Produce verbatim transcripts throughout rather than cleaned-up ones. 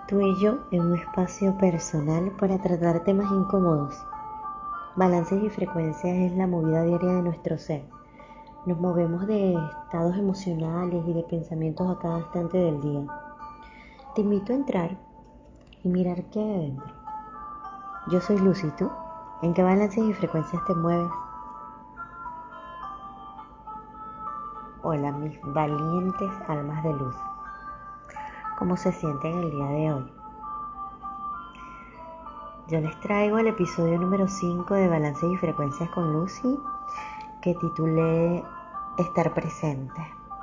Tú y yo en un espacio personal para tratar temas incómodos. Balances y frecuencias es la movida diaria de nuestro ser. Nos movemos de estados emocionales y de pensamientos a cada instante del día. Te invito a entrar y mirar qué hay adentro. Yo soy Lucy, ¿tú? ¿En qué balances y frecuencias te mueves? Hola, mis valientes almas de luz. ¿Cómo se sienten el día de hoy? Yo les traigo el episodio número cinco de Balances y Frecuencias con Lucy, que titulé Estar presente.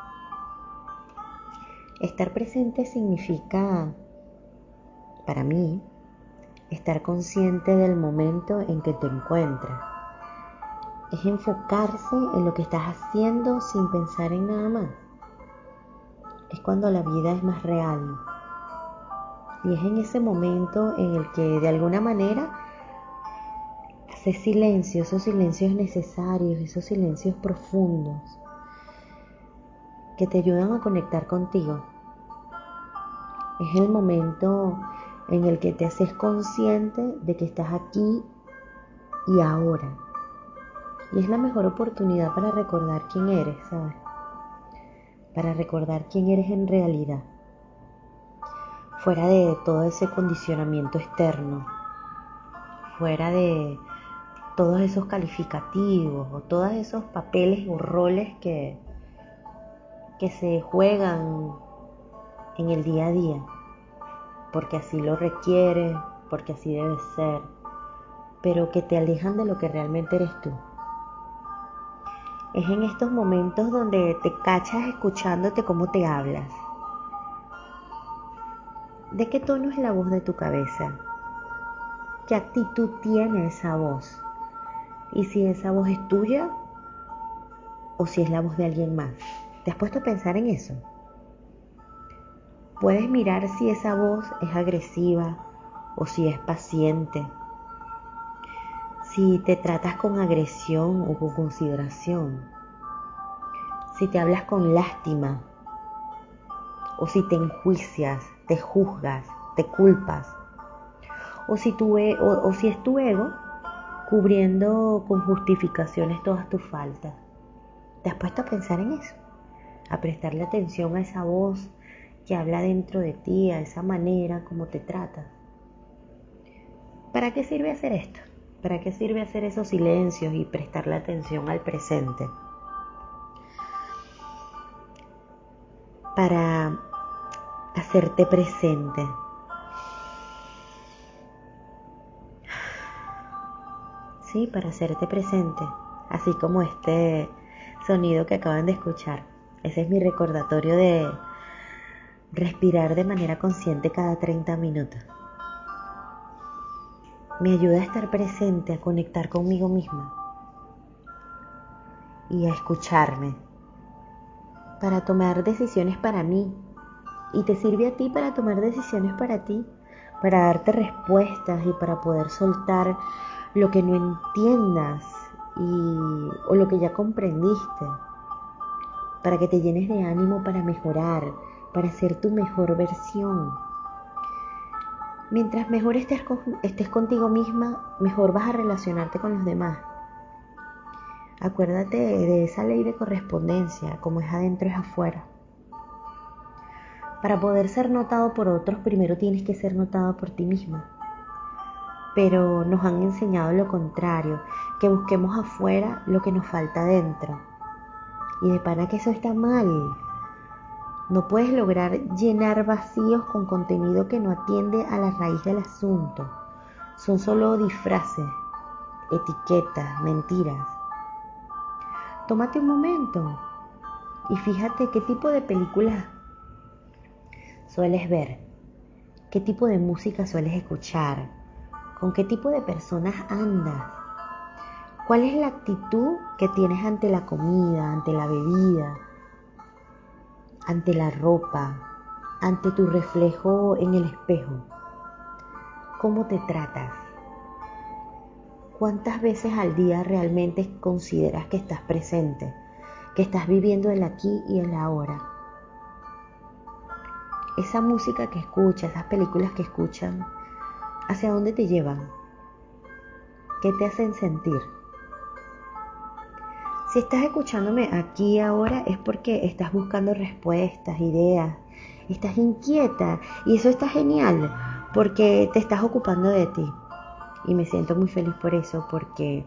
Estar presente significa, para mí, estar consciente del momento en que te encuentras. Es enfocarse en lo que estás haciendo sin pensar en nada más. Es cuando la vida es más real. Y es en ese momento en el que de alguna manera haces silencio, esos silencios necesarios, esos silencios profundos que te ayudan a conectar contigo. Es el momento en el que te haces consciente de que estás aquí y ahora. Y es la mejor oportunidad para recordar quién eres, ¿sabes? Para recordar quién eres en realidad. Fuera de todo ese condicionamiento externo, fuera de todos esos calificativos o todos esos papeles o roles que, que se juegan en el día a día, porque así lo requiere, porque así debe ser, pero que te alejan de lo que realmente eres tú. Es en estos momentos donde te cachas escuchándote cómo te hablas. ¿De qué tono es la voz de tu cabeza? ¿Qué actitud tiene esa voz? ¿Y si esa voz es tuya o si es la voz de alguien más? ¿Te has puesto a pensar en eso? Puedes mirar si esa voz es agresiva o si es paciente. Si te tratas con agresión o con consideración. Si te hablas con lástima o si te enjuicias, te juzgas, te culpas. O si, tu e- o, o si es tu ego cubriendo con justificaciones todas tus faltas. ¿Te has puesto a pensar en eso? A prestarle atención a esa voz que habla dentro de ti, a esa manera como te trata. ¿Para qué sirve hacer esto? ¿Para qué sirve hacer esos silencios y prestarle atención al presente? Para hacerte presente. Sí, para hacerte presente. Así como este sonido que acaban de escuchar. Ese es mi recordatorio de respirar de manera consciente cada treinta minutos. Me ayuda a estar presente, a conectar conmigo misma y a escucharme para tomar decisiones para mí. Y te sirve a ti para tomar decisiones para ti, para darte respuestas y para poder soltar lo que no entiendas y, o lo que ya comprendiste, para que te llenes de ánimo para mejorar, para ser tu mejor versión. Mientras mejor estés, con, estés contigo misma, mejor vas a relacionarte con los demás. Acuérdate de esa ley de correspondencia, como es adentro es afuera. Para poder ser notado por otros, primero tienes que ser notado por ti misma. Pero nos han enseñado lo contrario, que busquemos afuera lo que nos falta dentro. Y de pana que eso está mal. No puedes lograr llenar vacíos con contenido que no atiende a la raíz del asunto. Son solo disfraces, etiquetas, mentiras. Tómate un momento y fíjate qué tipo de películas sueles ver, qué tipo de música sueles escuchar, con qué tipo de personas andas, cuál es la actitud que tienes ante la comida, ante la bebida, ante la ropa, ante tu reflejo en el espejo. ¿Cómo te tratas? ¿Cuántas veces al día realmente consideras que estás presente, que estás viviendo el aquí y el ahora? Esa música que escuchas, esas películas que escuchan, ¿hacia dónde te llevan? ¿Qué te hacen sentir? Si estás escuchándome aquí ahora es porque estás buscando respuestas, ideas, estás inquieta y eso está genial porque te estás ocupando de ti. Y me siento muy feliz por eso, porque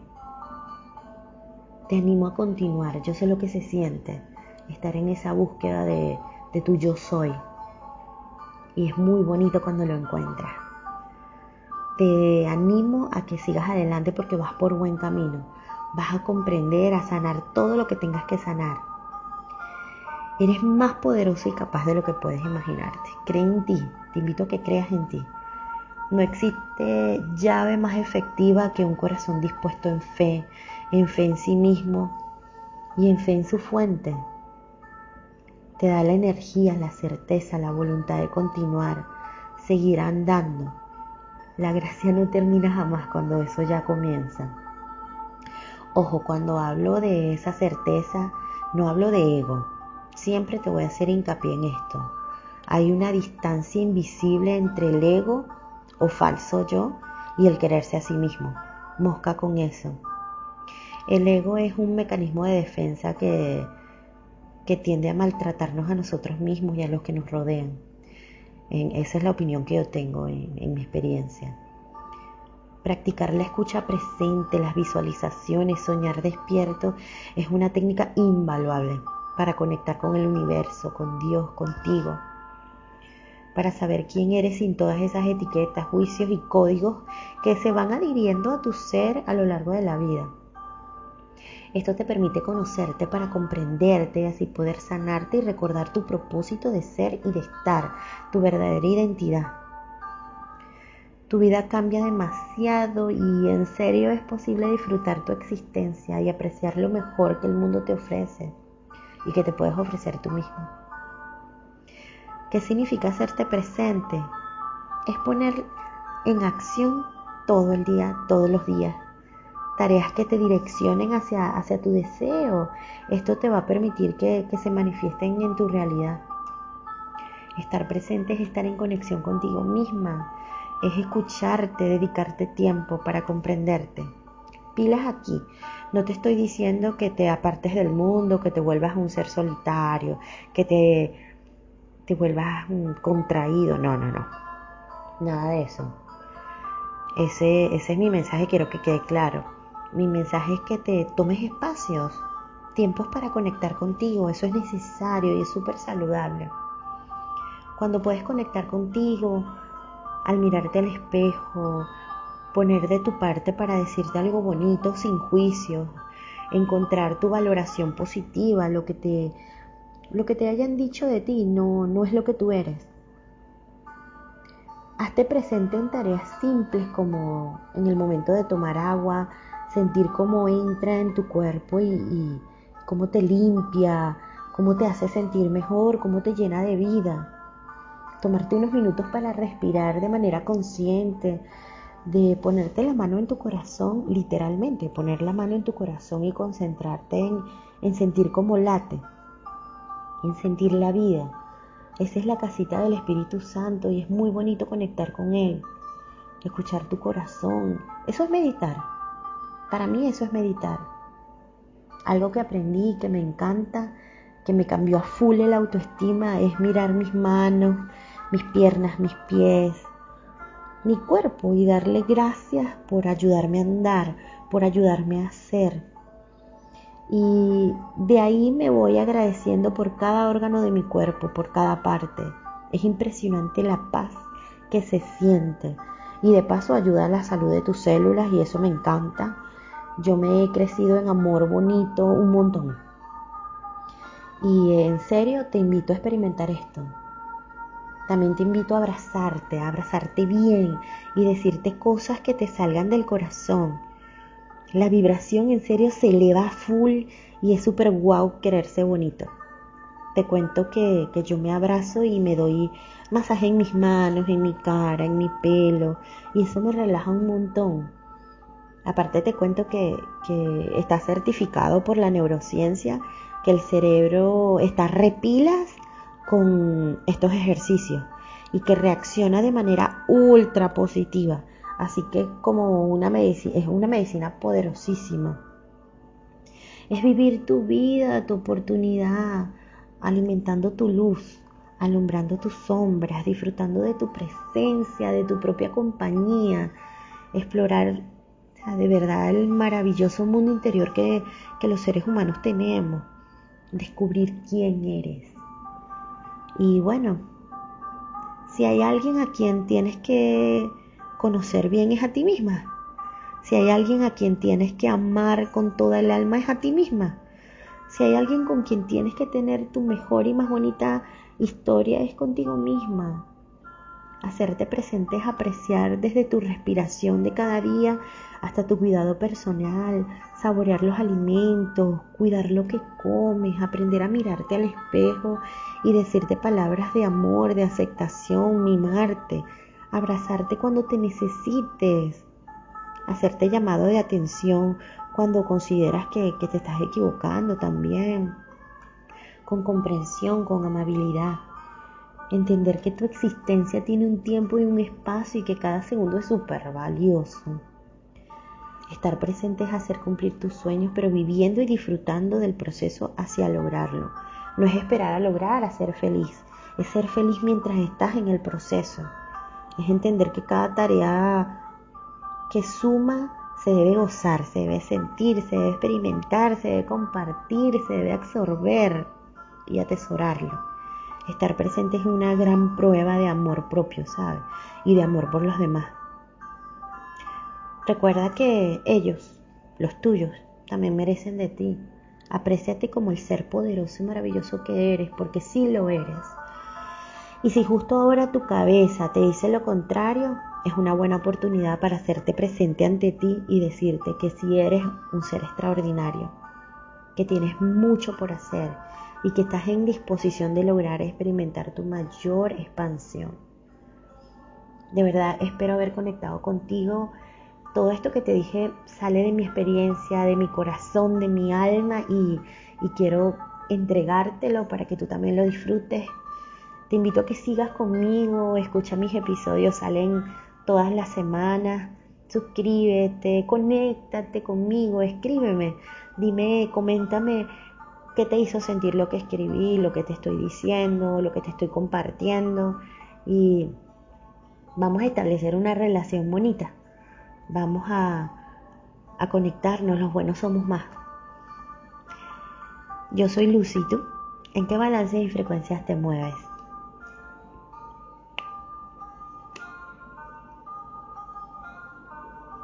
te animo a continuar. Yo sé lo que se siente, estar en esa búsqueda de, de tu yo soy. Y es muy bonito cuando lo encuentras. Te animo a que sigas adelante porque vas por buen camino. Vas a comprender, a sanar todo lo que tengas que sanar. Eres más poderoso y capaz de lo que puedes imaginarte. Cree en ti. Te invito a que creas en ti. No existe llave más efectiva que un corazón dispuesto en fe, en fe en sí mismo y en fe en su fuente. Te da la energía, la certeza, la voluntad de continuar, seguir andando. La gracia no termina jamás cuando eso ya comienza. Ojo, cuando hablo de esa certeza, no hablo de ego. Siempre te voy a hacer hincapié en esto. Hay una distancia invisible entre el ego o falso yo y el quererse a sí mismo. Mosca con eso. El ego es un mecanismo de defensa que, que tiende a maltratarnos a nosotros mismos y a los que nos rodean. En, esa es la opinión que yo tengo en, en mi experiencia. Practicar la escucha presente, las visualizaciones, soñar despierto es una técnica invaluable para conectar con el universo, con Dios, contigo. Para saber quién eres sin todas esas etiquetas, juicios y códigos que se van adhiriendo a tu ser a lo largo de la vida. Esto te permite conocerte para comprenderte, así poder sanarte y recordar tu propósito de ser y de estar, tu verdadera identidad. Tu vida cambia demasiado y en serio es posible disfrutar tu existencia y apreciar lo mejor que el mundo te ofrece y que te puedes ofrecer tú mismo. ¿Qué significa hacerte presente? Es poner en acción todo el día, todos los días. Tareas que te direccionen hacia, hacia tu deseo. Esto te va a permitir que, que se manifiesten en tu realidad. Estar presente es estar en conexión contigo misma. Es escucharte, dedicarte tiempo para comprenderte. Pilas aquí. No te estoy diciendo que te apartes del mundo, que te vuelvas un ser solitario, que te, te vuelvas un contraído. No, no, no. Nada de eso. Ese, ese es mi mensaje, quiero que quede claro. Mi mensaje es que te tomes espacios, tiempos para conectar contigo. Eso es necesario y es súper saludable. Cuando puedes conectar contigo, al mirarte al espejo, poner de tu parte para decirte algo bonito sin juicios, encontrar tu valoración positiva, lo que te, lo que te hayan dicho de ti no, no es lo que tú eres. Hazte presente en tareas simples como en el momento de tomar agua, sentir cómo entra en tu cuerpo y, y cómo te limpia, cómo te hace sentir mejor, cómo te llena de vida. Tomarte unos minutos para respirar de manera consciente, de ponerte la mano en tu corazón, literalmente, poner la mano en tu corazón y concentrarte en, en sentir cómo late, en sentir la vida. Esa es la casita del Espíritu Santo y es muy bonito conectar con Él, escuchar tu corazón. Eso es meditar. Para mí eso es meditar. Algo que aprendí, que me encanta, que me cambió a full el autoestima, es mirar mis manos, mis piernas, mis pies, mi cuerpo y darle gracias por ayudarme a andar, por ayudarme a ser. Y de ahí me voy agradeciendo por cada órgano de mi cuerpo, por cada parte. Es impresionante la paz que se siente. Y de paso ayuda a la salud de tus células y eso me encanta. Yo me he crecido en amor bonito un montón. Y en serio te invito a experimentar esto. También te invito a abrazarte, a abrazarte bien y decirte cosas que te salgan del corazón. La vibración en serio se eleva a full y es súper guau quererse bonito. Te cuento que, que yo me abrazo y me doy masaje en mis manos, en mi cara, en mi pelo y eso me relaja un montón. Aparte te cuento que, que está certificado por la neurociencia que el cerebro está repilas con estos ejercicios y que reacciona de manera ultra positiva. Así que como una medicina, es una medicina poderosísima. Es vivir tu vida, tu oportunidad, alimentando tu luz, alumbrando tus sombras, disfrutando de tu presencia, de tu propia compañía, explorar, o sea, de verdad el maravilloso mundo interior que, que los seres humanos tenemos, descubrir quién eres. Y bueno, si hay alguien a quien tienes que conocer bien es a ti misma. Si hay alguien a quien tienes que amar con toda el alma es a ti misma. Si hay alguien con quien tienes que tener tu mejor y más bonita historia es contigo misma. Hacerte presente es apreciar desde tu respiración de cada día hasta tu cuidado personal, saborear los alimentos, cuidar lo que comes, aprender a mirarte al espejo y decirte palabras de amor, de aceptación, mimarte, abrazarte cuando te necesites, hacerte llamado de atención cuando consideras que, que te estás equivocando también, con comprensión, con amabilidad. Entender que tu existencia tiene un tiempo y un espacio y que cada segundo es súper valioso. Estar presente es hacer cumplir tus sueños, pero viviendo y disfrutando del proceso hacia lograrlo. No es esperar a lograr, a ser feliz. Es ser feliz mientras estás en el proceso. Es entender que cada tarea que suma se debe gozar, se debe sentir, se debe experimentar, se debe compartir, se debe absorber y atesorarlo. Estar presente es una gran prueba de amor propio, ¿sabes? Y de amor por los demás. Recuerda que ellos, los tuyos, también merecen de ti. Apréciate como el ser poderoso y maravilloso que eres, porque sí lo eres. Y si justo ahora tu cabeza te dice lo contrario, es una buena oportunidad para hacerte presente ante ti y decirte que sí eres un ser extraordinario, que tienes mucho por hacer y que estás en disposición de lograr experimentar tu mayor expansión. De verdad, espero haber conectado contigo. Todo esto que te dije sale de mi experiencia, de mi corazón, de mi alma y, y quiero entregártelo para que tú también lo disfrutes. Te invito a que sigas conmigo, escucha mis episodios, salen todas las semanas. Suscríbete, conéctate conmigo, escríbeme, dime, coméntame qué te hizo sentir lo que escribí, lo que te estoy diciendo, lo que te estoy compartiendo y vamos a establecer una relación bonita. Vamos a, a conectarnos, los buenos somos más. Yo soy Lucy, ¿tú? ¿En qué balances y frecuencias te mueves?